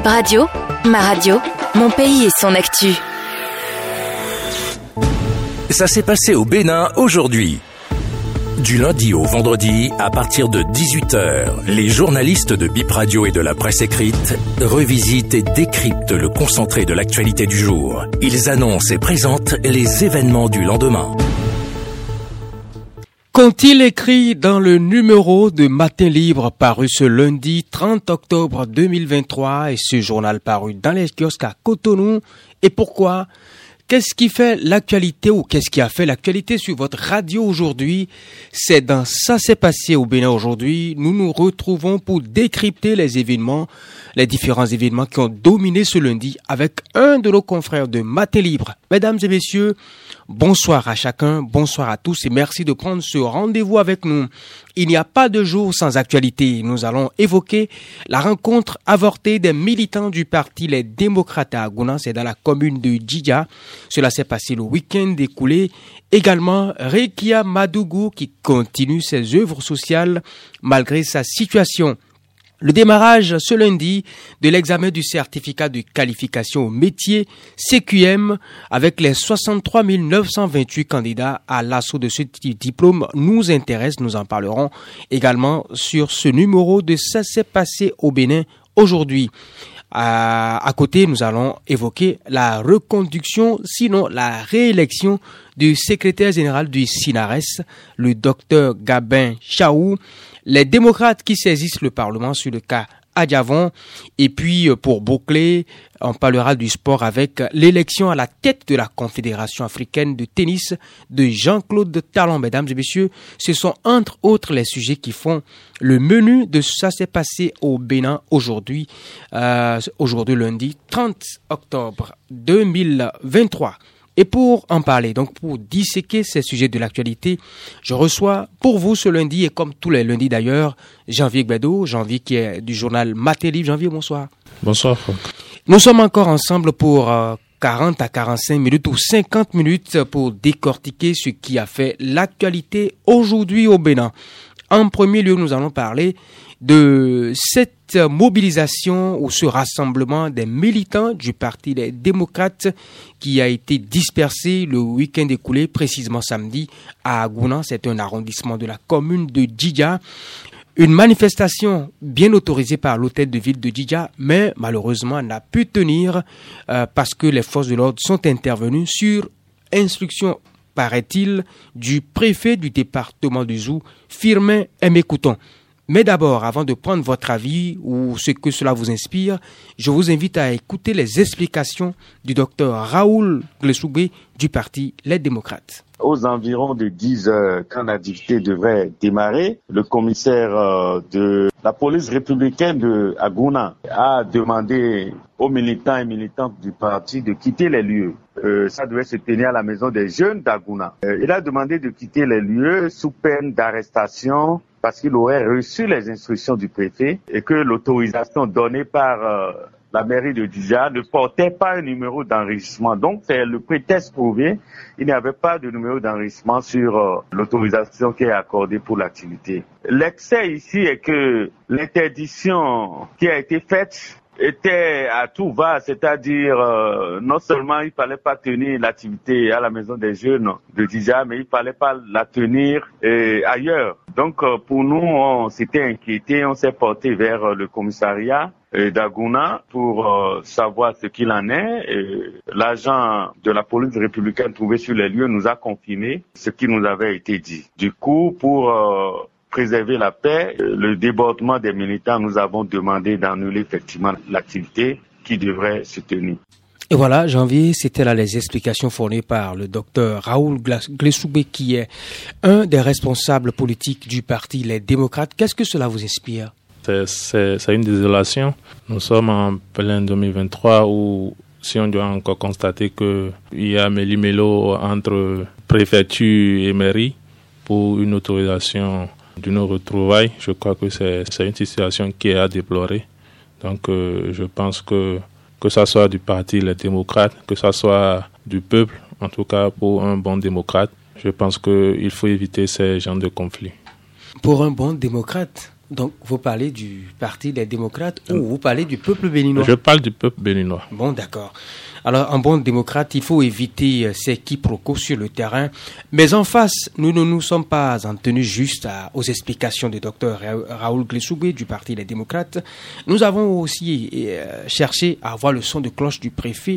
Bip Radio, ma radio, mon pays et son actu. Ça s'est passé au Bénin aujourd'hui. Du lundi au vendredi, à partir de 18h, les journalistes de Bip Radio et de la presse écrite revisitent et décryptent le concentré de l'actualité du jour. Ils annoncent et présentent les événements du lendemain. Qu'ont-ils écrit dans le numéro de Matin Libre paru ce lundi 30 octobre 2023 et ce journal paru dans les kiosques à Cotonou? Et pourquoi? Qu'est-ce qui fait l'actualité ou qu'est-ce qui a fait l'actualité sur votre radio aujourd'hui? C'est dans Ça s'est passé au Bénin aujourd'hui. Nous nous retrouvons pour décrypter les événements, les différents événements qui ont dominé ce lundi avec un de nos confrères de Matin Libre. Mesdames et messieurs, bonsoir à chacun, bonsoir à tous et merci de prendre ce rendez-vous avec nous. Il n'y a pas de jour sans actualité. Nous allons évoquer la rencontre avortée des militants du parti Les Démocrates à Gouna, c'est dans la commune de Djidja. Cela s'est passé le week-end écoulé. Également, Rekia Madougou qui continue ses œuvres sociales malgré sa situation. Le démarrage ce lundi de l'examen du certificat de qualification au métier CQM avec les 63 928 candidats à l'assaut de ce diplôme nous intéresse. Nous en parlerons également sur ce numéro de Ça s'est passé au Bénin aujourd'hui. À côté, nous allons évoquer la reconduction, sinon la réélection du secrétaire général du SINARES, le docteur Gabin Chaou, les démocrates qui saisissent le Parlement sur le cas Adjavon. Et puis, pour boucler, on parlera du sport avec l'élection à la tête de la Confédération africaine de tennis de Jean-Claude Talon. Mesdames et messieurs, ce sont entre autres les sujets qui font le menu de Ça s'est passé au Bénin aujourd'hui, lundi 30 octobre 2023. Et pour en parler, donc pour disséquer ces sujets de l'actualité, je reçois pour vous ce lundi, et comme tous les lundis d'ailleurs, Janvier Gbedo, Janvier qui est du journal Matin Libre. Janvier, bonsoir. Bonsoir, Franck. Nous sommes encore ensemble pour 40 à 45 minutes ou 50 minutes pour décortiquer ce qui a fait l'actualité aujourd'hui au Bénin. En premier lieu, nous allons parler de cette mobilisation ou ce rassemblement des militants du Parti des Démocrates qui a été dispersé le week-end écoulé, précisément samedi, à Gouna. C'est un arrondissement de la commune de Djidja. Une manifestation bien autorisée par l'hôtel de ville de Djidja, mais malheureusement n'a pu tenir parce que les forces de l'ordre sont intervenues sur instruction, paraît-il, du préfet du département du Zou, Firmin Mbekouton. Mais d'abord, avant de prendre votre avis ou ce que cela vous inspire, je vous invite à écouter les explications du docteur Raoul Glessoubé du parti Les Démocrates. Aux environs de 10 heures, quand l'activité devrait démarrer, le commissaire de la police républicaine de Gouna a demandé aux militants et militantes du parti de quitter les lieux. Ça devait se tenir à la maison des jeunes d'Agouna. Il a demandé de quitter les lieux sous peine d'arrestation parce qu'il aurait reçu les instructions du préfet et que l'autorisation donnée par la mairie de Djidja ne portait pas un numéro d'enregistrement. Donc, c'est le prétexte prouvé. Il n'y avait pas de numéro d'enregistrement sur l'autorisation qui est accordée pour l'activité. L'excès ici est que l'interdiction qui a été faite était à tout va, c'est-à-dire non seulement il fallait pas tenir l'activité à la maison des jeunes de Djidja, mais il fallait pas la tenir ailleurs. Donc pour nous, on s'était inquiété, on s'est porté vers le commissariat d'Agouna pour savoir ce qu'il en est. L'agent de la police républicaine trouvé sur les lieux nous a confirmé ce qui nous avait été dit. Du coup, pour préserver la paix, le débordement des militants, nous avons demandé d'annuler effectivement l'activité qui devrait se tenir. Et voilà, Janvier, c'était là les explications fournies par le docteur Raoul Glessoubé, qui est un des responsables politiques du parti Les Démocrates. Qu'est-ce que cela vous inspire? C'est une désolation. Nous sommes en plein 2023 où, si on doit encore constater qu'il y a méli-mélo entre préfecture et mairie pour une autorisation d'une retrouvaille, je crois que c'est une situation qui est à déplorer. Donc je pense que ça soit du parti Les Démocrates, que ça soit du peuple, en tout cas pour un bon démocrate, je pense qu'il faut éviter ces genres de conflits. Pour un bon démocrate, Donc, vous parlez du Parti des démocrates ou vous parlez du peuple béninois? Je parle du peuple béninois. Bon, d'accord. Alors, en bon démocrate, il faut éviter ces quiproquos sur le terrain. Mais en face, nous ne nous sommes pas en tenue juste aux explications du docteur Raoul Glessoubé du Parti des démocrates. Nous avons aussi cherché à avoir le son de cloche du préfet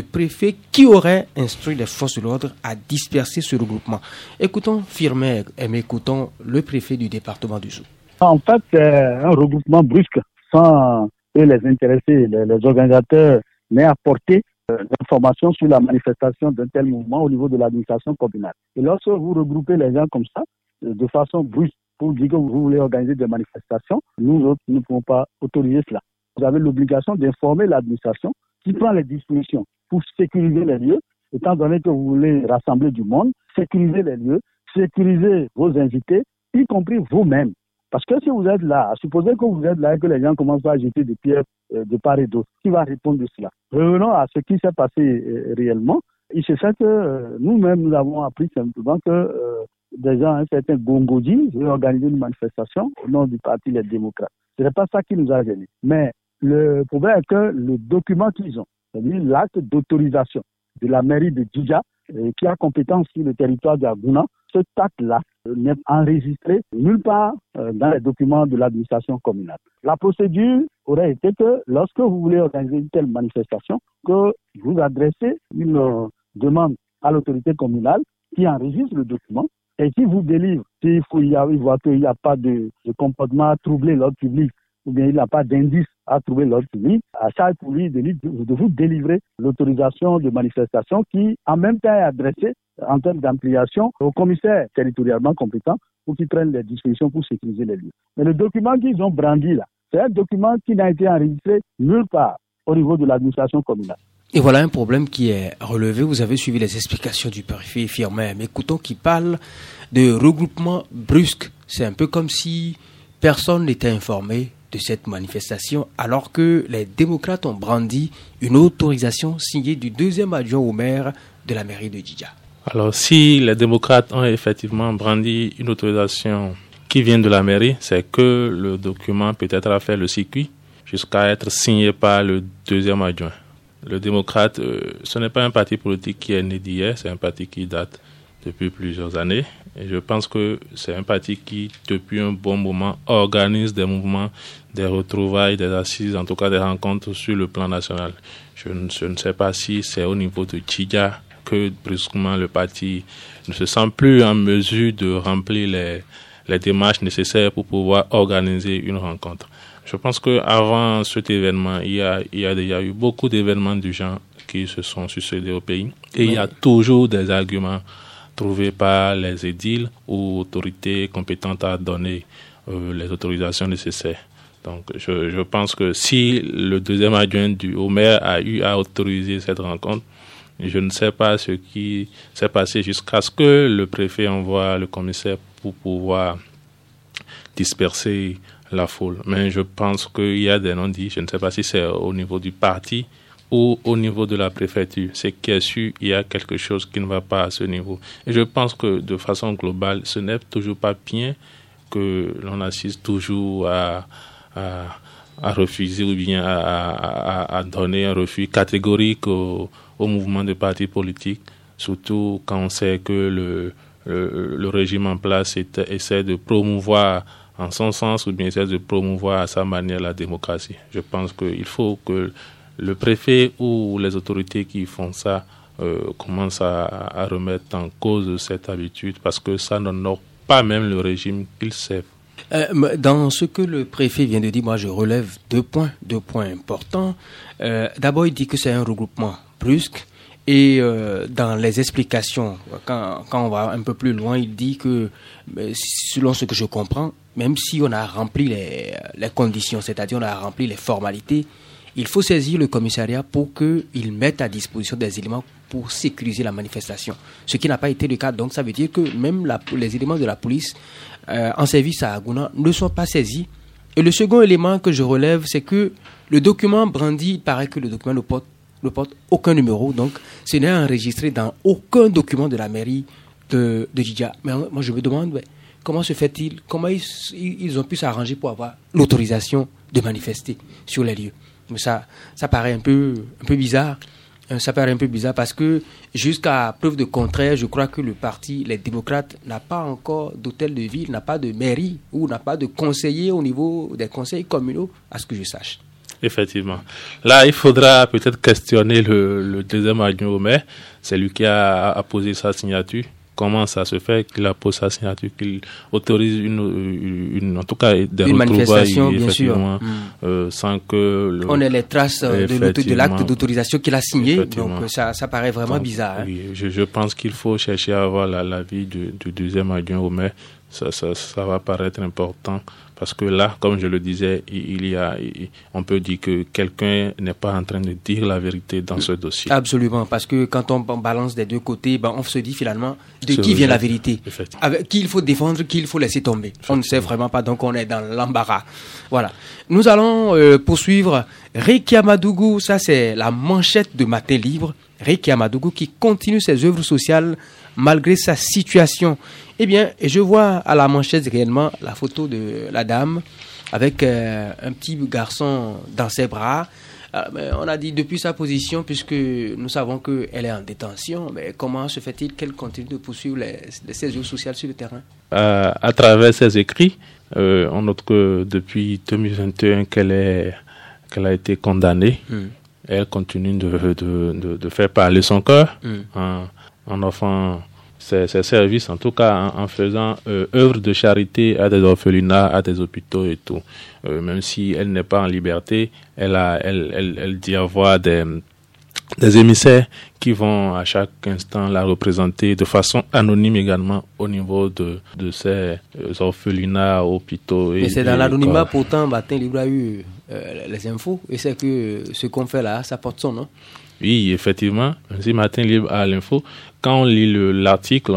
qui aurait instruit les forces de l'ordre à disperser ce regroupement. Écoutons Firmin et écoutons le préfet du département du Zou. En fait, c'est un regroupement brusque sans que les intéressés, les organisateurs n'aient apporté l'information sur la manifestation d'un tel mouvement au niveau de l'administration communale. Et lorsque vous regroupez les gens comme ça, de façon brusque, pour dire que vous voulez organiser des manifestations, nous autres, nous ne pouvons pas autoriser cela. Vous avez l'obligation d'informer l'administration qui prend les dispositions pour sécuriser les lieux, étant donné que vous voulez rassembler du monde, sécuriser les lieux, sécuriser vos invités, y compris vous-même. Parce que si vous êtes là, supposez que vous êtes là et que les gens commencent à jeter des pierres de part et d'autre, qui va répondre de cela? Revenons à ce qui s'est passé réellement. Il se fait que nous-mêmes, nous avons appris simplement que des gens, un certain Gongodi, veut organiser une manifestation au nom du Parti des démocrates. Ce n'est pas ça qui nous a gênés. Mais le problème est que le document qu'ils ont, c'est-à-dire l'acte d'autorisation de la mairie de Djidja, qui a compétence sur le territoire d'Agouna, ce acte-là n'est enregistré nulle part dans les documents de l'administration communale. La procédure aurait été que lorsque vous voulez organiser une telle manifestation, que vous adressez une demande à l'autorité communale qui enregistre le document et qui vous délivre. S'il voit qu'il n'y a pas de comportement à troubler l'ordre public ou bien il n'y a pas d'indice à troubler l'ordre public, à charge pour lui de vous délivrer l'autorisation de manifestation qui en même temps est adressée en termes d'ampliation au commissaire territorialement compétent pour qu'il prenne les dispositions pour sécuriser les lieux. Mais le document qu'ils ont brandi là, c'est un document qui n'a été enregistré nulle part au niveau de l'administration communale. Et voilà un problème qui est relevé. Vous avez suivi les explications du préfet Firmin. Mais écoutons qu'il parle de regroupement brusque. C'est un peu comme si personne n'était informé de cette manifestation, alors que les démocrates ont brandi une autorisation signée du deuxième adjoint au maire de la mairie de Djidja. Alors, si les démocrates ont effectivement brandi une autorisation qui vient de la mairie, c'est que le document peut-être a fait le circuit jusqu'à être signé par le deuxième adjoint. Le démocrate, ce n'est pas un parti politique qui est né d'hier, c'est un parti qui date depuis plusieurs années. Et je pense que c'est un parti qui, depuis un bon moment, organise des mouvements, des retrouvailles, des assises, en tout cas des rencontres sur le plan national. Je ne sais pas si c'est au niveau de Djidja que brusquement le parti ne se sent plus en mesure de remplir les démarches nécessaires pour pouvoir organiser une rencontre. Je pense qu'avant cet événement, il y a déjà eu beaucoup d'événements du genre qui se sont succédés au pays. Et il y a toujours des arguments trouvés par les édiles ou autorités compétentes à donner les autorisations nécessaires. Donc, je pense que si le deuxième adjoint au maire a eu à autoriser cette rencontre, je ne sais pas ce qui s'est passé jusqu'à ce que le préfet envoie le commissaire pour pouvoir disperser la foule. Mais je pense qu'il y a des non-dits. Je ne sais pas si c'est au niveau du parti ou au niveau de la préfecture. C'est qui est sûr, il y a quelque chose qui ne va pas à ce niveau. Et je pense que de façon globale, ce n'est toujours pas bien que l'on assiste toujours à refuser ou bien à donner un refus catégorique au mouvement de partis politiques, surtout quand on sait que le régime en place essaie de promouvoir en son sens ou bien essaie de promouvoir à sa manière la démocratie. Je pense qu'il faut que le préfet ou les autorités qui font ça commencent à remettre en cause cette habitude parce que ça n'honore pas même le régime qu'ils servent. Dans ce que le préfet vient de dire, moi je relève deux points importants. D'abord, il dit que c'est un regroupement brusque et dans les explications, quand on va un peu plus loin, il dit que, selon ce que je comprends, même si on a rempli les conditions, c'est-à-dire on a rempli les formalités, il faut saisir le commissariat pour qu'il mette à disposition des éléments pour sécuriser la manifestation. Ce qui n'a pas été le cas, donc ça veut dire que même les éléments de la police en service à Agouna ne sont pas saisis. Et le second élément que je relève, c'est que le document brandi, il paraît que le document ne porte aucun numéro, donc ce n'est enregistré dans aucun document de la mairie de Djidja. Mais moi je me demande, comment se fait-il, comment ils ont pu s'arranger pour avoir l'autorisation de manifester sur les lieux? Mais ça paraît un peu bizarre. Ça paraît un peu bizarre parce que jusqu'à preuve de contraire, je crois que le parti, les démocrates, n'a pas encore d'hôtel de ville, n'a pas de mairie ou n'a pas de conseiller au niveau des conseils communaux, à ce que je sache. Effectivement. Là, il faudra peut-être questionner le deuxième adjoint au maire. C'est lui qui a posé sa signature. Comment ça se fait qu'il a posé sa signature, qu'il autorise en tout cas des manifestation, bien sûr, sans que on ait les traces de l'acte d'autorisation qu'il a signé. Donc ça paraît vraiment bizarre. Oui, je pense qu'il faut chercher à avoir l'avis du deuxième adjoint au maire. Ça va paraître important. Parce que là, comme je le disais, on peut dire que quelqu'un n'est pas en train de dire la vérité dans ce dossier. Absolument, parce que quand on balance des deux côtés, on se dit finalement de qui vient la vérité, avec qui il faut défendre, qui il faut laisser tomber. On ne sait vraiment pas, donc on est dans l'embarras. Voilà. Nous allons poursuivre. Rekia Madougou, ça c'est la manchette de Matin Libre. Rekia Madougou qui continue ses œuvres sociales malgré sa situation. Eh bien, je vois à la manchette réellement la photo de la dame avec un petit garçon dans ses bras. On a dit depuis sa position, puisque nous savons qu'elle est en détention, mais comment se fait-il qu'elle continue de poursuivre ses œuvres sociales sur le terrain? À travers ses écrits, on note que depuis 2021 qu'elle a été condamnée. Elle continue de faire parler son cœur en offrant ses services, en tout cas en faisant œuvre de charité à des orphelinats, à des hôpitaux et tout. Même si elle n'est pas en liberté, elle dit avoir des émissaires qui vont à chaque instant la représenter de façon anonyme également au niveau de ces orphelinats, hôpitaux. Mais c'est dans l'anonymat pourtant, Matin Libre a eu les infos, et c'est que ce qu'on fait là, ça porte son nom. Oui, effectivement, si Matin Libre a l'info, quand on lit l'article,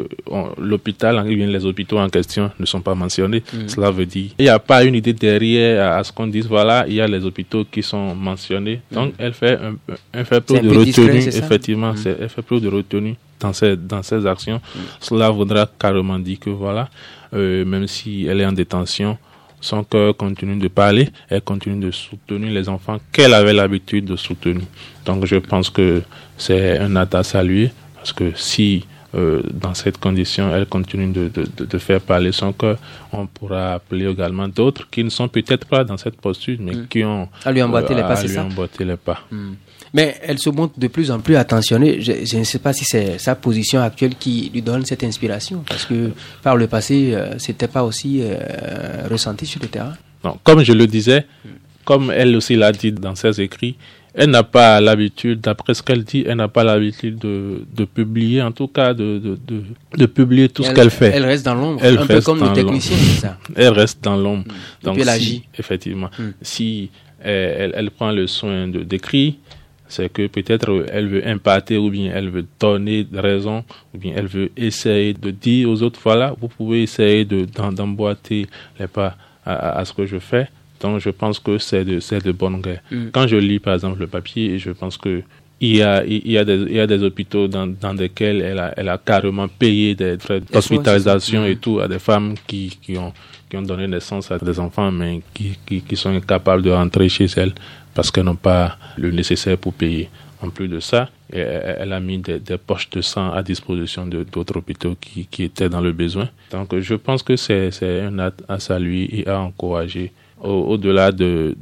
l'hôpital, les hôpitaux en question ne sont pas mentionnés. Cela veut dire il n'y a pas une idée derrière à ce qu'on dise, voilà, il y a les hôpitaux qui sont mentionnés. Donc, elle fait preuve de retenue, effectivement, elle fait preuve de retenue dans ses actions. Cela voudra carrément dire que, voilà, même si elle est en détention, son cœur continue de parler, elle continue de soutenir les enfants qu'elle avait l'habitude de soutenir. Donc je pense que c'est un acte à saluer, parce que si dans cette condition elle continue de faire parler son cœur, on pourra appeler également d'autres qui ne sont peut-être pas dans cette posture, mais qui ont à lui emboîter les pas. Mais elle se montre de plus en plus attentionnée. Je ne sais pas si c'est sa position actuelle qui lui donne cette inspiration, parce que par le passé, c'était pas aussi ressenti sur le terrain. Non, comme je le disais, comme elle aussi l'a dit dans ses écrits, elle n'a pas l'habitude, d'après ce qu'elle dit, elle n'a pas l'habitude de publier, en tout cas de publier tout ce qu'elle fait. Elle reste dans l'ombre, un peu comme le technicien, c'est ça. Elle reste dans l'ombre. Donc elle agit. Effectivement, si elle prend le soin d'écrire, c'est que peut-être elle veut imparter, ou bien elle veut donner raison, ou bien elle veut essayer de dire aux autres, voilà, vous pouvez essayer d'emboîter les pas à ce que je fais. Donc je pense que c'est de bonne guerre. Quand je lis par exemple le papier, je pense que il y a des hôpitaux dans lesquels elle a carrément payé des frais d'hospitalisation et tout à des femmes qui ont donné naissance à des enfants, mais qui sont incapables de rentrer chez elles parce qu'elles n'ont pas le nécessaire pour payer. En plus de ça, elle a mis des poches de sang à disposition d'autres hôpitaux qui étaient dans le besoin. Donc je pense que c'est un acte à saluer et à encourager. Au-delà de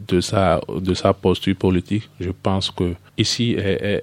sa posture politique, je pense que ici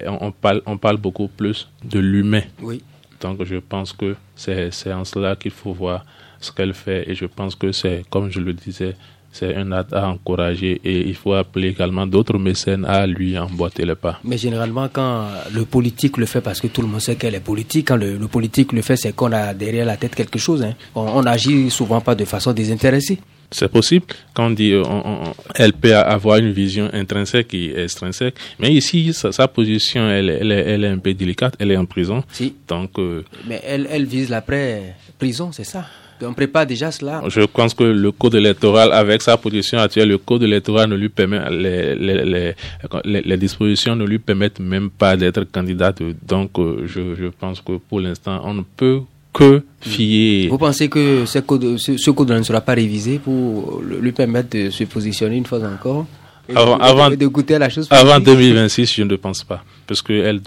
on parle beaucoup plus de l'humain. Oui. Donc je pense que c'est en cela qu'il faut voir ce qu'elle fait, et je pense que c'est, comme je le disais, c'est un acte à encourager, et il faut appeler également d'autres mécènes à lui emboîter les pas. Mais généralement, quand le politique le fait, parce que tout le monde sait qu'elle est politique, quand le politique le fait, c'est qu'on a derrière la tête quelque chose. On agit souvent pas de façon désintéressée. C'est possible. Quand on dit elle peut avoir une vision intrinsèque et extrinsèque, mais ici sa position elle est un peu délicate. Elle est en prison. Si. Donc mais elle vise l'après prison, c'est ça. On prépare déjà cela. Je pense que le code électoral, avec sa position actuelle, le code électoral ne lui permet, les dispositions ne lui permettent même pas d'être candidate. Donc je pense que pour l'instant on ne peut que fier. Vous pensez que ce code ne sera pas révisé pour lui permettre de se positionner une fois encore de goûter à la chose avant 2026, je ne pense pas, parce que elle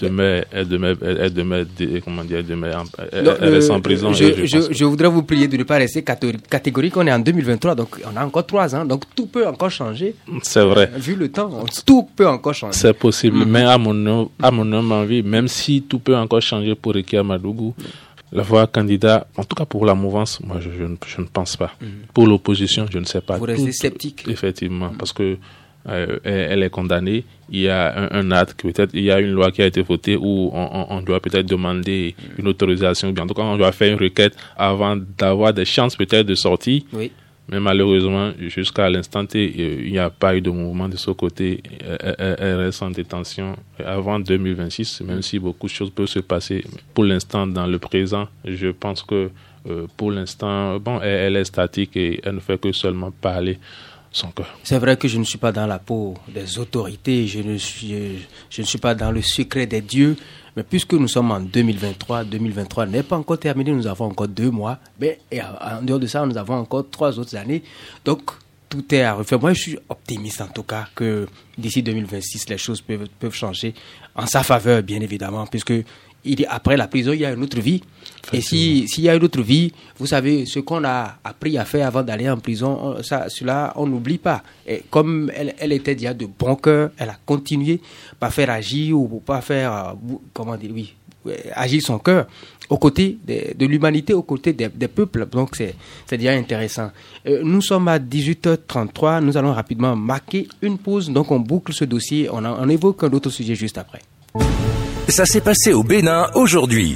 reste en prison. Je voudrais vous prier de ne pas rester catégorique. On est en 2023, donc on a encore 3 ans, donc tout peut encore changer. C'est vrai. Vu le temps, tout peut encore changer. C'est possible, mais à mon avis, même si tout peut encore changer pour Rekia Madougou, la voix candidat, en tout cas pour la mouvance, moi je ne pense pas. Pour l'opposition, je ne sais pas. Vous restez sceptique. Effectivement, parce que elle est condamnée. Il y a un acte, peut-être il y a une loi qui a été votée où on doit peut-être demander une autorisation, ou bien en tout cas on doit faire une requête avant d'avoir des chances peut-être de sortie. Oui. Mais malheureusement, jusqu'à l'instant T, il n'y a pas eu de mouvement de ce côté. Elle reste en détention avant 2026, même si beaucoup de choses peuvent se passer. Pour l'instant, dans le présent, je pense que pour l'instant, elle est statique et elle ne fait que seulement parler son cœur. C'est vrai que je ne suis pas dans la peau des autorités, je ne suis pas dans le secret des dieux, mais puisque nous sommes en 2023 n'est pas encore terminé, nous avons encore 2 mois, mais en dehors de ça, nous avons encore 3 autres années, donc tout est à refaire. Moi, je suis optimiste en tout cas que d'ici 2026, les choses peuvent changer en sa faveur, bien évidemment, puisque après la prison, il y a une autre vie. Et s'il y a une autre vie, vous savez, ce qu'on a appris à faire avant d'aller en prison, cela, on n'oublie pas. Et comme elle était déjà de bon cœur, elle a continué par faire agir ou pas faire, agir son cœur aux côtés de l'humanité, aux côtés des peuples. Donc, c'est déjà intéressant. Nous sommes à 18h33. Nous allons rapidement marquer une pause. Donc, on boucle ce dossier. On évoque un autre sujet juste après. Ça s'est passé au Bénin aujourd'hui.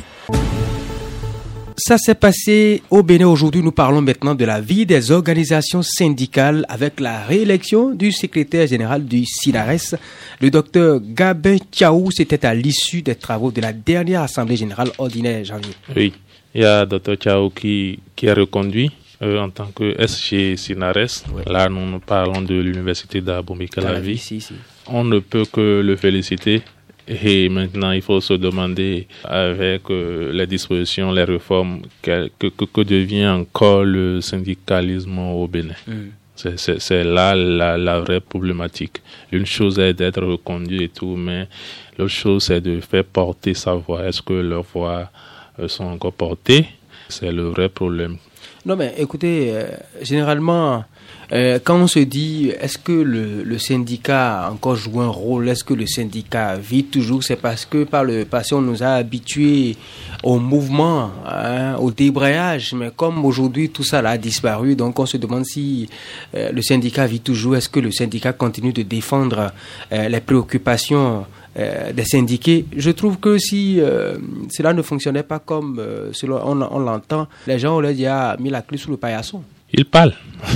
Ça s'est passé au Bénin aujourd'hui. Nous parlons maintenant de la vie des organisations syndicales avec la réélection du secrétaire général du SYNARES, le docteur Gabin Thiaou. C'était à l'issue des travaux de la dernière Assemblée générale ordinaire janvier. Oui, il y a docteur Thiaou qui est reconduit en tant que SG SYNARES. Ouais. Là, nous parlons de l'université d'Abomey-Calavi. Si. On ne peut que le féliciter. Et maintenant, il faut se demander, avec les dispositions, les réformes, que devient encore le syndicalisme au Bénin. C'est là la vraie problématique. Une chose est d'être reconduit et tout, mais l'autre chose, c'est de faire porter sa voix. Est-ce que leurs voix sont encore portées? C'est le vrai problème. Non, mais écoutez, généralement... quand on se dit, est-ce que le syndicat a encore joué un rôle, est-ce que le syndicat vit toujours, c'est parce que par le passé, on nous a habitués au mouvement, au débrayage, mais comme aujourd'hui, tout ça là a disparu, donc on se demande si le syndicat vit toujours, est-ce que le syndicat continue de défendre les préoccupations des syndiqués. Je trouve que si cela ne fonctionnait pas comme on l'entend, les gens auraient déjà mis la clé sous le paillasson. Ils parlent.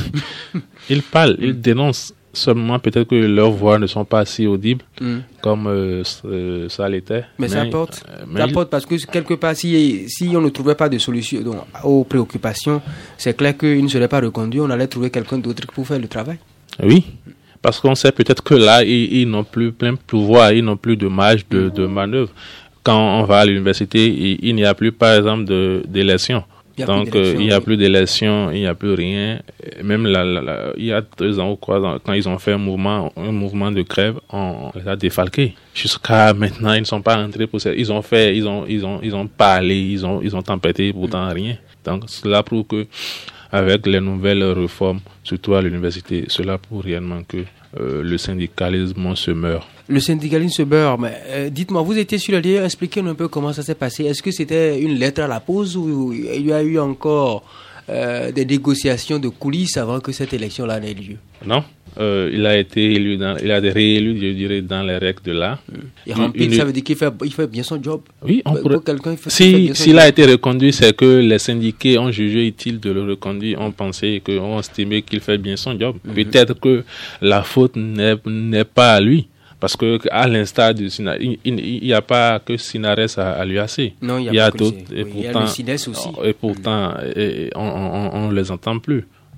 Ils dénoncent. Seulement, peut-être que leurs voix ne sont pas si audibles comme ça l'était. Mais ça apporte parce que quelque part, si on ne trouvait pas de solution aux préoccupations, c'est clair qu'ils ne seraient pas reconduits. On allait trouver quelqu'un d'autre pour faire le travail. Oui. Parce qu'on sait peut-être que là, ils n'ont plus plein pouvoir, ils n'ont plus de marge de manœuvre. Quand on va à l'université, il n'y a plus, par exemple, d'élection. Donc, il n'y a plus d'élection, il n'y a plus rien. Même il y a 2 ans ou 3 ans, quand ils ont fait un mouvement de grève, on les a défalqués. Jusqu'à maintenant, ils ne sont pas entrés pour ça. Ils ont parlé, ils ont tempêté, pourtant rien. Donc, cela prouve que, avec les nouvelles réformes, surtout à l'université, cela prouve réellement que le syndicalisme se meurt. Le syndicalisme se meurt, mais dites-moi, vous étiez sur le lieu, expliquez-nous un peu comment ça s'est passé. Est-ce que c'était une lettre à la pause ou il y a eu encore des négociations de coulisses avant que cette élection-là n'ait lieu? Non, il a été élu, il a été réélu, je dirais, dans les règles de l'art. Et rempli, ça veut dire qu'il fait bien son job. Oui, s'il a été reconduit, c'est que les syndiqués ont jugé utile de le reconduire, ont estimé qu'il fait bien son job. Peut-être que la faute n'est pas à lui. Parce que à l'instar du SYNARES, il n'y a pas que SYNARES à l'UAC. Non, il y a d'autres. Et pourtant, il y a le SYNES aussi. Et pourtant, on ne les entend plus.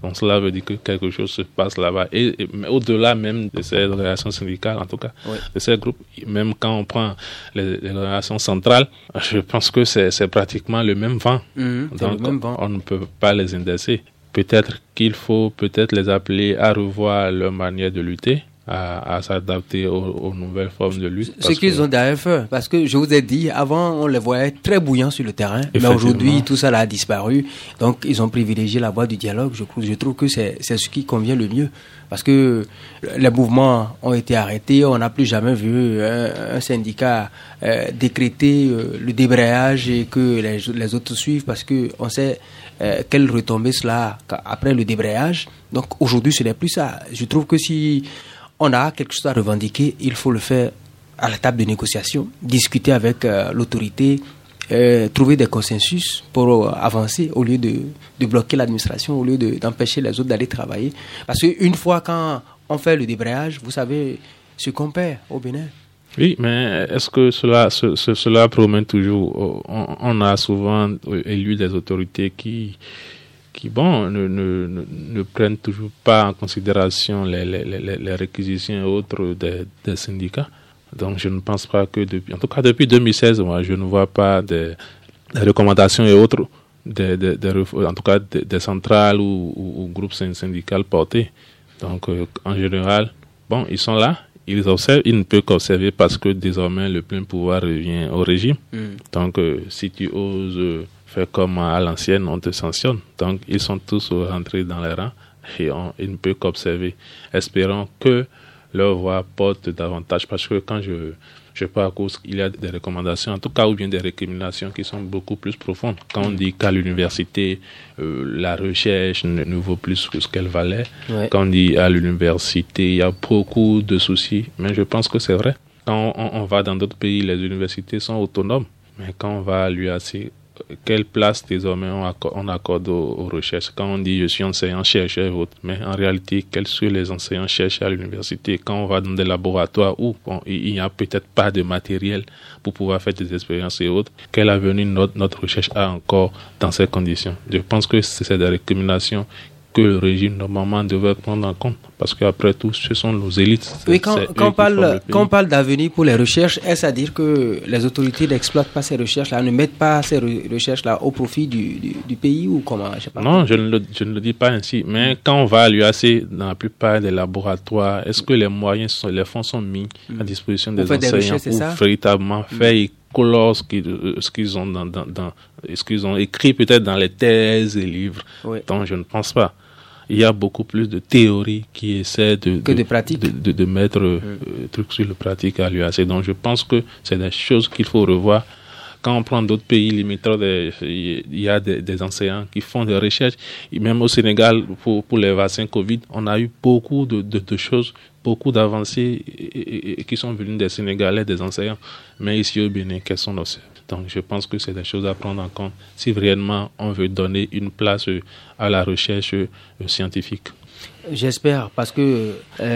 Donc cela veut dire que quelque chose se passe là-bas. Mais au-delà même de ces relations syndicales, en tout cas, de ces groupes, même quand on prend les relations centrales, je pense que c'est pratiquement le même vent. Donc le même vent. On ne peut pas les indexer. Peut-être qu'il faut les appeler à revoir leur manière de lutter, à s'adapter aux nouvelles formes de lutte. Ce qu'ils ont d'ailleurs fait, parce que je vous ai dit, avant on les voyait très bouillants sur le terrain, mais aujourd'hui tout ça a disparu, donc ils ont privilégié la voie du dialogue. Je trouve que c'est ce qui convient le mieux, parce que les mouvements ont été arrêtés, on n'a plus jamais vu un syndicat décréter le débrayage et que les autres suivent, parce qu'on sait quelle retombée cela après le débrayage. Donc aujourd'hui ce n'est plus ça. Je trouve que si on a quelque chose à revendiquer, il faut le faire à la table de négociation, discuter avec l'autorité, trouver des consensus pour avancer au lieu de bloquer l'administration, au lieu d'empêcher les autres d'aller travailler. Parce qu'une fois quand on fait le débrayage, vous savez ce qu'on perd au Bénin. Oui, mais est-ce que cela promène toujours? On a souvent élu des autorités qui ne prennent toujours pas en considération les réquisitions et autres des syndicats. Donc je ne pense pas que depuis 2016, moi, je ne vois pas des recommandations et autres, en tout cas des centrales ou groupes syndicaux portés. Donc en général, ils sont là, ils observent, ils ne peuvent qu'observer parce que désormais le plein pouvoir revient au régime. Donc si tu oses faire comme à l'ancienne, on te sanctionne. Donc, ils sont tous rentrés dans les rangs et ils ne peuvent qu'observer. Espérons que leur voix porte davantage, parce que quand je parcours, il y a des recommandations, en tout cas, ou bien des récriminations qui sont beaucoup plus profondes. Quand on dit qu'à l'université, la recherche ne vaut plus que ce qu'elle valait, quand on dit à l'université, il y a beaucoup de soucis, mais je pense que c'est vrai. Quand on va dans d'autres pays, les universités sont autonomes, mais quand on va à l'UAC, quelle place désormais on accorde aux recherches? Quand on dit je suis enseignant-chercheur et autres, mais en réalité, quels sont les enseignants-chercheurs à l'université? Quand on va dans des laboratoires où il n'y a peut-être pas de matériel pour pouvoir faire des expériences et autres, quel avenir notre recherche a encore dans ces conditions? Je pense que c'est des récriminations que le régime normalement devrait prendre en compte, parce qu'après tout, ce sont nos élites. Oui, quand on parle d'avenir pour les recherches, est-ce à dire que les autorités n'exploitent pas ces recherches-là, ne mettent pas ces recherches-là au profit du pays ou comment? Je sais pas. Non, je ne le dis pas ainsi. Mais quand on va à l'UAC, dans la plupart des laboratoires, est-ce que les fonds sont mis à disposition des enseignants pour véritablement faire éclore ce qu'ils ont écrit peut-être dans les thèses et livres? Donc je ne pense pas. Il y a beaucoup plus de théorie qui essaie de mettre trucs sur le pratique à l'UAC. Donc je pense que c'est des choses qu'il faut revoir. Quand on prend d'autres pays limitrophes, il y a des enseignants qui font des recherches. Et même au Sénégal, pour les vaccins Covid, on a eu beaucoup de choses, beaucoup d'avancées qui sont venues des Sénégalais, des enseignants. Mais ici au Bénin, quelles sont nos sœurs? Donc je pense que c'est des choses à prendre en compte si réellement on veut donner une place à la recherche scientifique. J'espère, parce que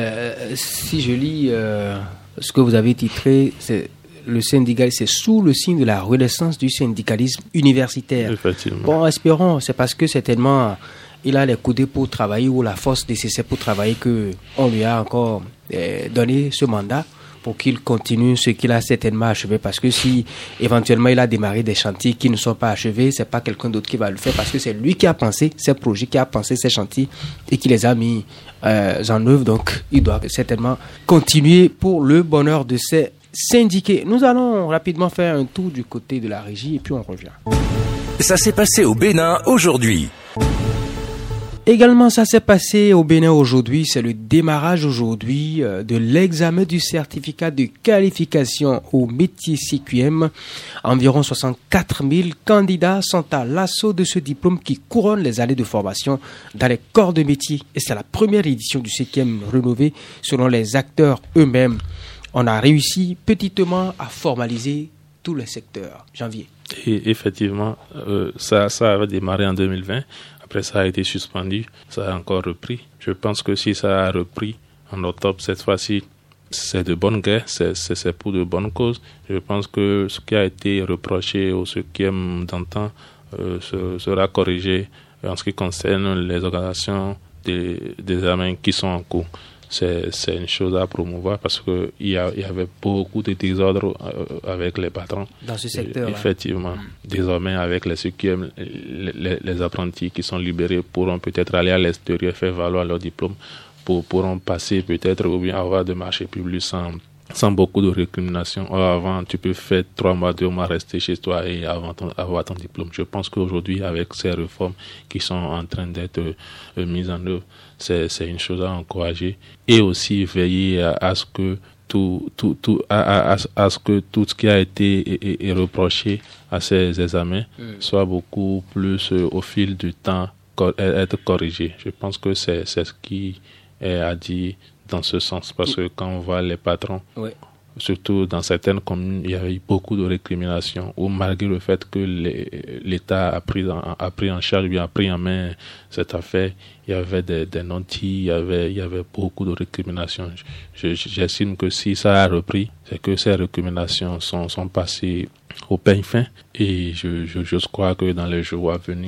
si je lis ce que vous avez titré, c'est le syndicat, c'est sous le signe de la renaissance du syndicalisme universitaire. Effectivement. Bon, espérons, c'est parce que certainement il a les coudées pour travailler ou la force nécessaire pour travailler que on lui a encore donné ce mandat pour qu'il continue ce qu'il a certainement achevé, parce que si éventuellement il a démarré des chantiers qui ne sont pas achevés, c'est pas quelqu'un d'autre qui va le faire, parce que c'est lui qui a pensé ces projets, qui a pensé ces chantiers et qui les a mis en œuvre. Donc il doit certainement continuer pour le bonheur de ses syndiqués. Nous allons rapidement faire un tour du côté de la régie et puis on revient. Ça s'est passé au Bénin aujourd'hui. Également, ça s'est passé au Bénin aujourd'hui. C'est le démarrage aujourd'hui de l'examen du certificat de qualification au métier CQM. Environ 64 000 candidats sont à l'assaut de ce diplôme qui couronne les années de formation dans les corps de métier. Et c'est la première édition du CQM rénové selon les acteurs eux-mêmes. On a réussi petitement à formaliser tous les secteurs. Janvier. Et effectivement, ça avait démarré en 2020. Après, ça a été suspendu, ça a encore repris. Je pense que si ça a repris en octobre, cette fois-ci, c'est de bonne guerre, c'est pour de bonnes causes. Je pense que ce qui a été reproché ou ce qui est d'antan sera corrigé en ce qui concerne les organisations des examens qui sont en cours. C'est une chose à promouvoir parce qu'il y avait beaucoup de désordre avec les patrons. Dans ce secteur. Effectivement. Désormais, avec les CQM, les apprentis qui sont libérés pourront peut-être aller à l'extérieur faire valoir leur diplôme, pourront passer peut-être ou bien avoir de marché public sans beaucoup de récrimination. Avant, tu peux faire 3 mois, 2 mois, rester chez toi et avoir ton diplôme. Je pense qu'aujourd'hui, avec ces réformes qui sont en train d'être mises en œuvre, c'est une chose à encourager et aussi veiller à ce que tout ce qui a été reproché à ces examens soit beaucoup plus au fil du temps être corrigé. Je pense que c'est ce qui est à dire dans ce sens, parce que quand on voit les patrons, surtout dans certaines communes, il y avait eu beaucoup de récriminations, où malgré le fait que l'État a pris en charge, bien a pris en main cette affaire, il y avait des non-dits, il y avait beaucoup de récriminations. J'estime que si ça a repris, c'est que ces récriminations sont passées au peigne fin, et j'ose croire que dans les jours à venir,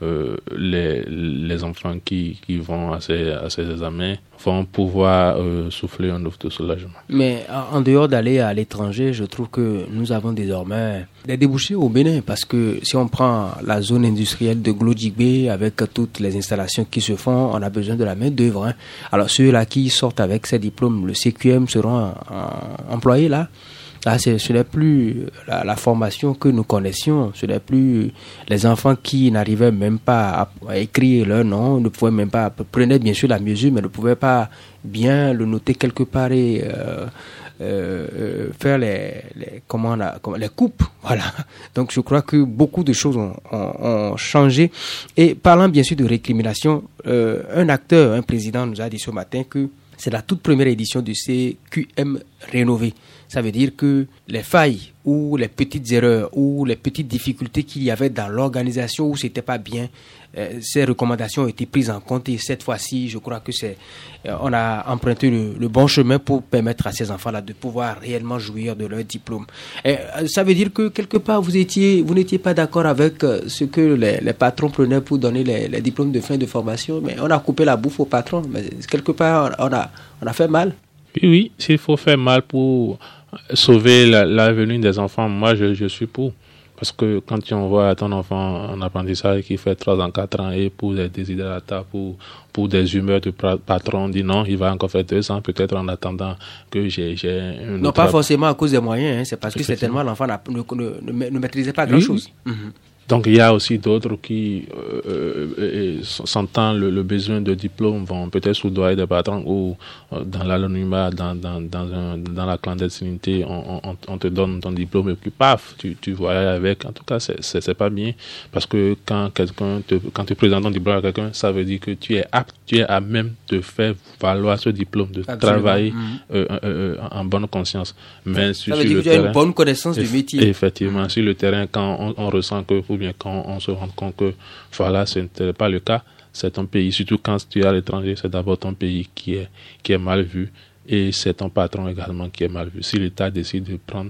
les enfants qui vont à ces examens vont pouvoir souffler un ouf de soulagement. Mais en dehors d'aller à l'étranger, je trouve que nous avons désormais des débouchés au Bénin, parce que si on prend la zone industrielle de Glodjigbe avec toutes les installations qui se font, on a besoin de la main d'œuvre. Hein. Alors ceux-là qui sortent avec ces diplômes, le CQM, seront employés là. Là, ce n'est plus la formation que nous connaissions, ce n'est plus les enfants qui n'arrivaient même pas à écrire leur nom, ne pouvaient même pas, prenaient bien sûr la mesure, mais ne pouvaient pas bien le noter quelque part et faire les coupes. Voilà. Donc je crois que beaucoup de choses ont changé. Et parlant bien sûr de récrimination, un président nous a dit ce matin que c'est la toute première édition du CQM rénové. Ça veut dire que les failles ou les petites erreurs ou les petites difficultés qu'il y avait dans l'organisation où c'était pas bien, ces recommandations ont été prises en compte, et cette fois-ci, je crois que on a emprunté le bon chemin pour permettre à ces enfants-là de pouvoir réellement jouir de leur diplôme. Et ça veut dire que quelque part vous n'étiez pas d'accord avec ce que les patrons prenaient pour donner les diplômes de fin de formation, mais on a coupé la bouffe aux patrons. Mais quelque part, on a fait mal. Oui, s'il faut faire mal pour sauver l'avenir des enfants, moi je suis pour. Parce que quand tu envoies ton enfant en apprentissage qui fait 3 ans, 4 ans, et pour des désidératas, pour des humeurs de patron, on dit non, il va encore faire 2 ans, peut-être en attendant que j'ai un non, pas forcément à cause des moyens, hein, c'est parce que certainement l'enfant ne maîtrisait pas grand-chose. Oui. Mm-hmm. Donc il y a aussi d'autres qui, sentant le besoin de diplôme, vont peut-être soudoyer des patrons ou dans l'anonymat, dans la clandestinité, on te donne ton diplôme et puis paf, tu voyages avec. En tout cas, c'est pas bien, parce que quand tu présentes ton diplôme à quelqu'un, ça veut dire que tu es apte, tu es à même de faire valoir ce diplôme, de travailler en bonne conscience. Mais ça veut dire que tu as une bonne connaissance du métier. Effectivement, sur le terrain, quand on ressent que, ou bien quand on se rend compte que voilà, ce n'est pas le cas, c'est ton pays, surtout quand tu es à l'étranger, c'est d'abord ton pays qui est mal vu, et c'est ton patron également qui est mal vu. Si l'État décide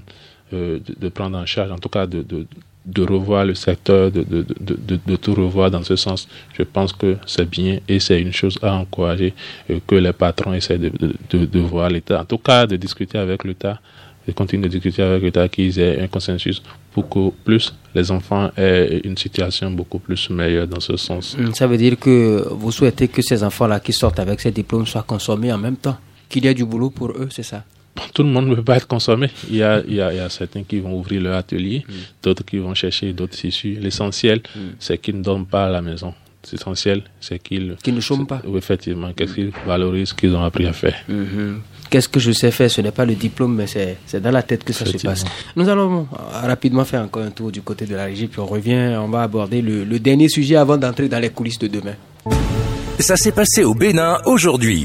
de prendre en charge, en tout cas de revoir le secteur, de tout revoir dans ce sens, je pense que c'est bien, et c'est une chose à encourager, que les patrons essaient de voir l'État, en tout cas de discuter avec l'État, de continuer de discuter avec l'État, qu'ils aient un consensus pour que plus les enfants aient une situation beaucoup plus meilleure dans ce sens. Ça veut dire que vous souhaitez que ces enfants-là qui sortent avec ces diplômes soient consommés en même temps, qu'il y a du boulot pour eux, c'est ça? Tout le monde ne peut pas être consommé. Il y a certains qui vont ouvrir leur atelier, d'autres qui vont chercher d'autres tissus. L'essentiel, c'est qu'ils ne dorment pas à la maison. L'essentiel, c'est qu'ils ne chôment pas. Oui, effectivement, qu'ils valorisent ce qu'ils ont appris à faire. Qu'est-ce que je sais faire? Ce n'est pas le diplôme, mais c'est dans la tête que ça se passe. Nous allons rapidement faire encore un tour du côté de la régie, puis on revient, on va aborder le dernier sujet avant d'entrer dans les coulisses de demain. Ça s'est passé au Bénin aujourd'hui.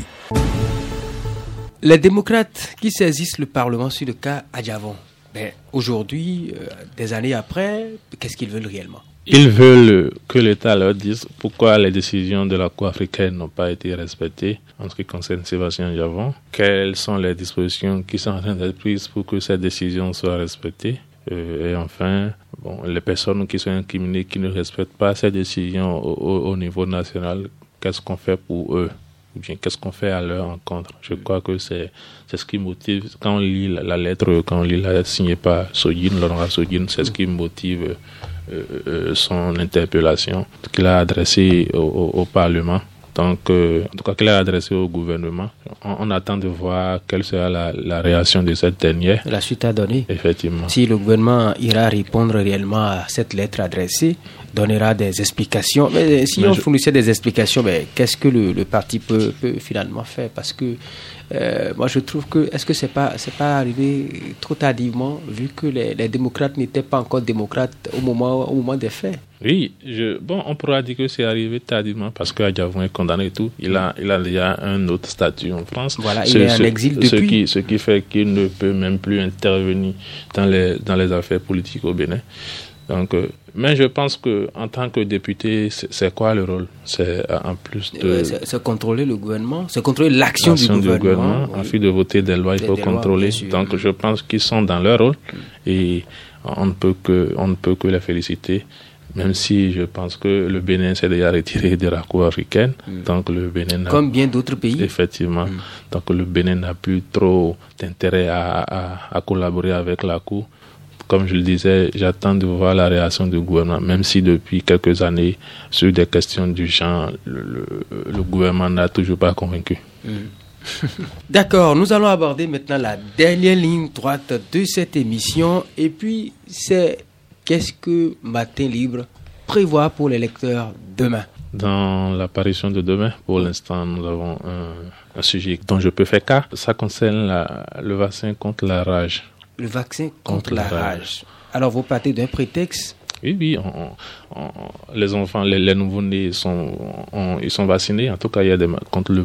Les démocrates qui saisissent le Parlement sur le cas Adjavon. Aujourd'hui, des années après, qu'est-ce qu'ils veulent réellement? Ils veulent que l'État leur dise pourquoi les décisions de la Cour africaine n'ont pas été respectées en ce qui concerne Sébastien Adjavon. Quelles sont les dispositions qui sont en train d'être prises pour que ces décisions soient respectées? Et enfin, les personnes qui sont incriminées, qui ne respectent pas ces décisions au niveau national, qu'est-ce qu'on fait pour eux? Ou bien qu'est-ce qu'on fait à leur encontre? Je crois que c'est ce qui motive, quand on lit la lettre, quand on lit la signée par Sogin, l'honorable Sogin, c'est ce qui motive son interpellation qu'il a adressée au Parlement. Donc, en tout cas, qu'il a adressé au gouvernement. On attend de voir quelle sera la réaction de cette dernière. La suite à donner. Effectivement. Si le gouvernement ira répondre réellement à cette lettre adressée, donnera des explications. Mais si on fournissait des explications, qu'est-ce que le parti peut finalement faire? Parce que moi, je trouve que est-ce que c'est pas arrivé trop tardivement, vu que les démocrates n'étaient pas encore démocrates au moment des faits? Oui, on pourra dire que c'est arrivé tardivement parce qu'Adjavon est condamné et tout. Il a déjà un autre statut en France. Voilà, il est en exil depuis. Ce qui fait qu'il ne peut même plus intervenir dans les affaires politiques au Bénin. Donc, mais je pense que en tant que député, c'est quoi le rôle? C'est en plus de c'est contrôler le gouvernement, c'est contrôler l'action du gouvernement. Oui. Ensuite de voter des lois, il faut contrôler. Donc, je pense qu'ils sont dans leur rôle et on ne peut que les féliciter. Même si je pense que le Bénin s'est déjà retiré de la Cour africaine, donc le Bénin comme bien d'autres pays. Effectivement, donc le Bénin n'a plus trop d'intérêt à collaborer avec la Cour. Comme je le disais, j'attends de voir la réaction du gouvernement, même si depuis quelques années, sur des questions du genre, le gouvernement n'a toujours pas convaincu. D'accord, nous allons aborder maintenant la dernière ligne droite de cette émission, et puis c'est qu'est-ce que Matin Libre prévoit pour les lecteurs demain? Dans l'apparition de demain, pour l'instant, nous avons un sujet dont je peux faire cas. Ça concerne le vaccin contre la rage. Le vaccin contre la rage. Alors, vous partez d'un prétexte? Oui, les enfants, les nouveau-nés ils sont vaccinés. En tout cas, il y a contre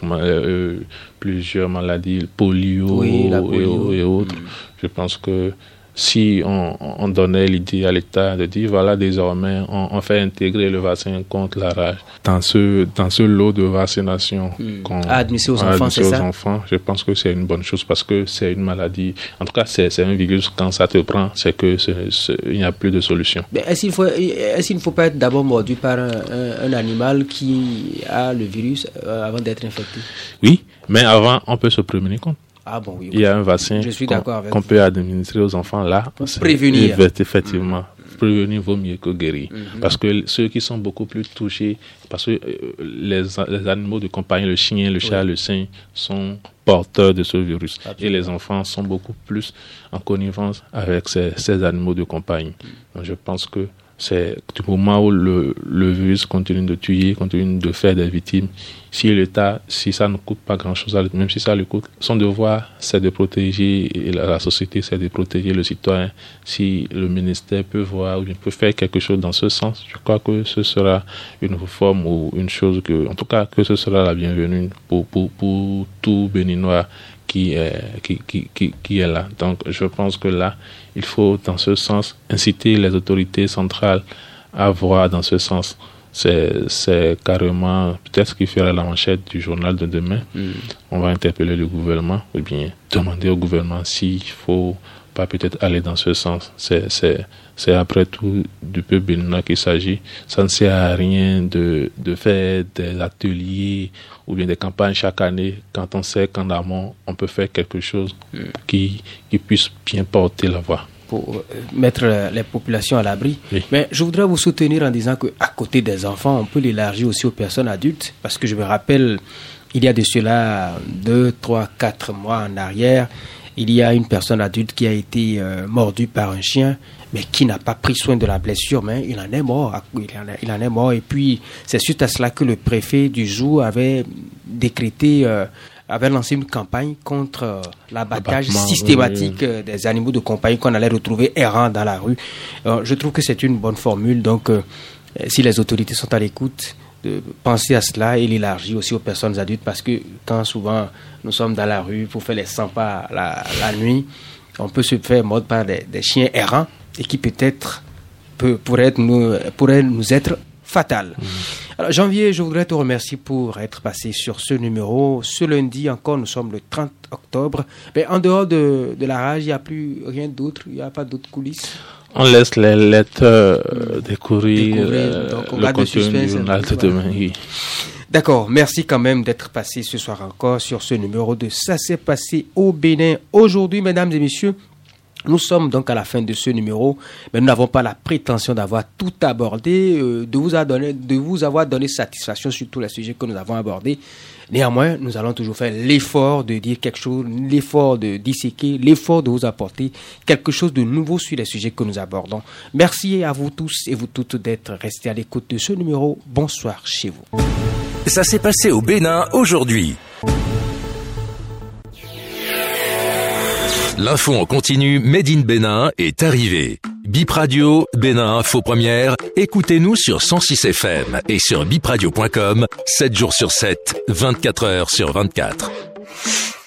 plusieurs maladies, polio, et autres. Je pense que si on donnait l'idée à l'État de dire voilà, désormais on fait intégrer le vaccin contre la rage dans ce lot de vaccination qu'on administre aux enfants, c'est ça? Je pense que c'est une bonne chose parce que c'est une maladie. En tout cas, c'est un virus. Quand ça te prend, c'est que il n'y a plus de solution. Mais est-ce qu'il ne faut pas être d'abord mordu par un animal qui a le virus avant d'être infecté? Oui, mais avant, on peut se prémunir contre. Ah bon, oui. Il y a un vaccin qu'on peut administrer aux enfants là. Pour prévenir. Effectivement. Prévenir vaut mieux que guérir. Parce que ceux qui sont beaucoup plus touchés, parce que les animaux de compagnie, le chien, le chat, le singe, sont porteurs de ce virus. Absolument. Et les enfants sont beaucoup plus en connivence avec ces animaux de compagnie. Donc je pense que c'est du moment où le virus continue de tuer, continue de faire des victimes. Si l'État, si ça ne coûte pas grand-chose, même si ça le coûte, son devoir, c'est de protéger la société, c'est de protéger le citoyen. Si le ministère peut voir ou bien peut faire quelque chose dans ce sens, je crois que ce sera une réforme ou une chose en tout cas, que ce sera la bienvenue pour tout Béninois qui est là. Donc, je pense que là, il faut, dans ce sens, inciter les autorités centrales à voir dans ce sens. C'est carrément peut-être ce qui fera la manchette du journal de demain. On va interpeller le gouvernement ou bien demander au gouvernement s'il faut pas peut-être aller dans ce sens. C'est après tout du peuple béninois qu'il s'agit. Ça ne sert à rien de faire des ateliers ou bien des campagnes chaque année quand on sait qu'en amont, on peut faire quelque chose qui puisse bien porter la voix. Pour mettre les populations à l'abri. Oui. Mais je voudrais vous soutenir en disant qu'à côté des enfants, on peut l'élargir aussi aux personnes adultes. Parce que je me rappelle, il y a de cela 2, 3, 4 mois en arrière, il y a une personne adulte qui a été mordue par un chien, mais qui n'a pas pris soin de la blessure, mais il en est mort. Il en est mort. Et puis, c'est suite à cela que le préfet du jour avait décrété... avait lancé une campagne contre l'abattage systématique des animaux de compagnie qu'on allait retrouver errants dans la rue. Je trouve que c'est une bonne formule. Donc, si les autorités sont à l'écoute, de penser à cela et l'élargir aussi aux personnes adultes, parce que quand souvent nous sommes dans la rue pour faire les 100 pas la nuit, on peut se faire mordre par des chiens errants et qui peut-être pourraient nous être fatales. Alors, Janvier, je voudrais te remercier pour être passé sur ce numéro. Ce lundi encore, nous sommes le 30 octobre. Mais en dehors de la rage, il n'y a plus rien d'autre. Il n'y a pas d'autres coulisses. On laisse les lecteurs découvrir le contenu du journal de demain. Oui. D'accord, merci quand même d'être passé ce soir encore sur ce numéro de Ça s'est passé au Bénin. Aujourd'hui, mesdames et messieurs, nous sommes donc à la fin de ce numéro, mais nous n'avons pas la prétention d'avoir tout abordé, de vous avoir donné satisfaction sur tous les sujets que nous avons abordés. Néanmoins, nous allons toujours faire l'effort de dire quelque chose, l'effort de disséquer, l'effort de vous apporter quelque chose de nouveau sur les sujets que nous abordons. Merci à vous tous et vous toutes d'être restés à l'écoute de ce numéro. Bonsoir chez vous. Ça s'est passé au Bénin aujourd'hui. L'info en continu Made in Bénin est arrivée. Bip Radio, Bénin Info Première, écoutez-nous sur 106 FM et sur bipradio.com, 7 jours sur 7, 24 heures sur 24.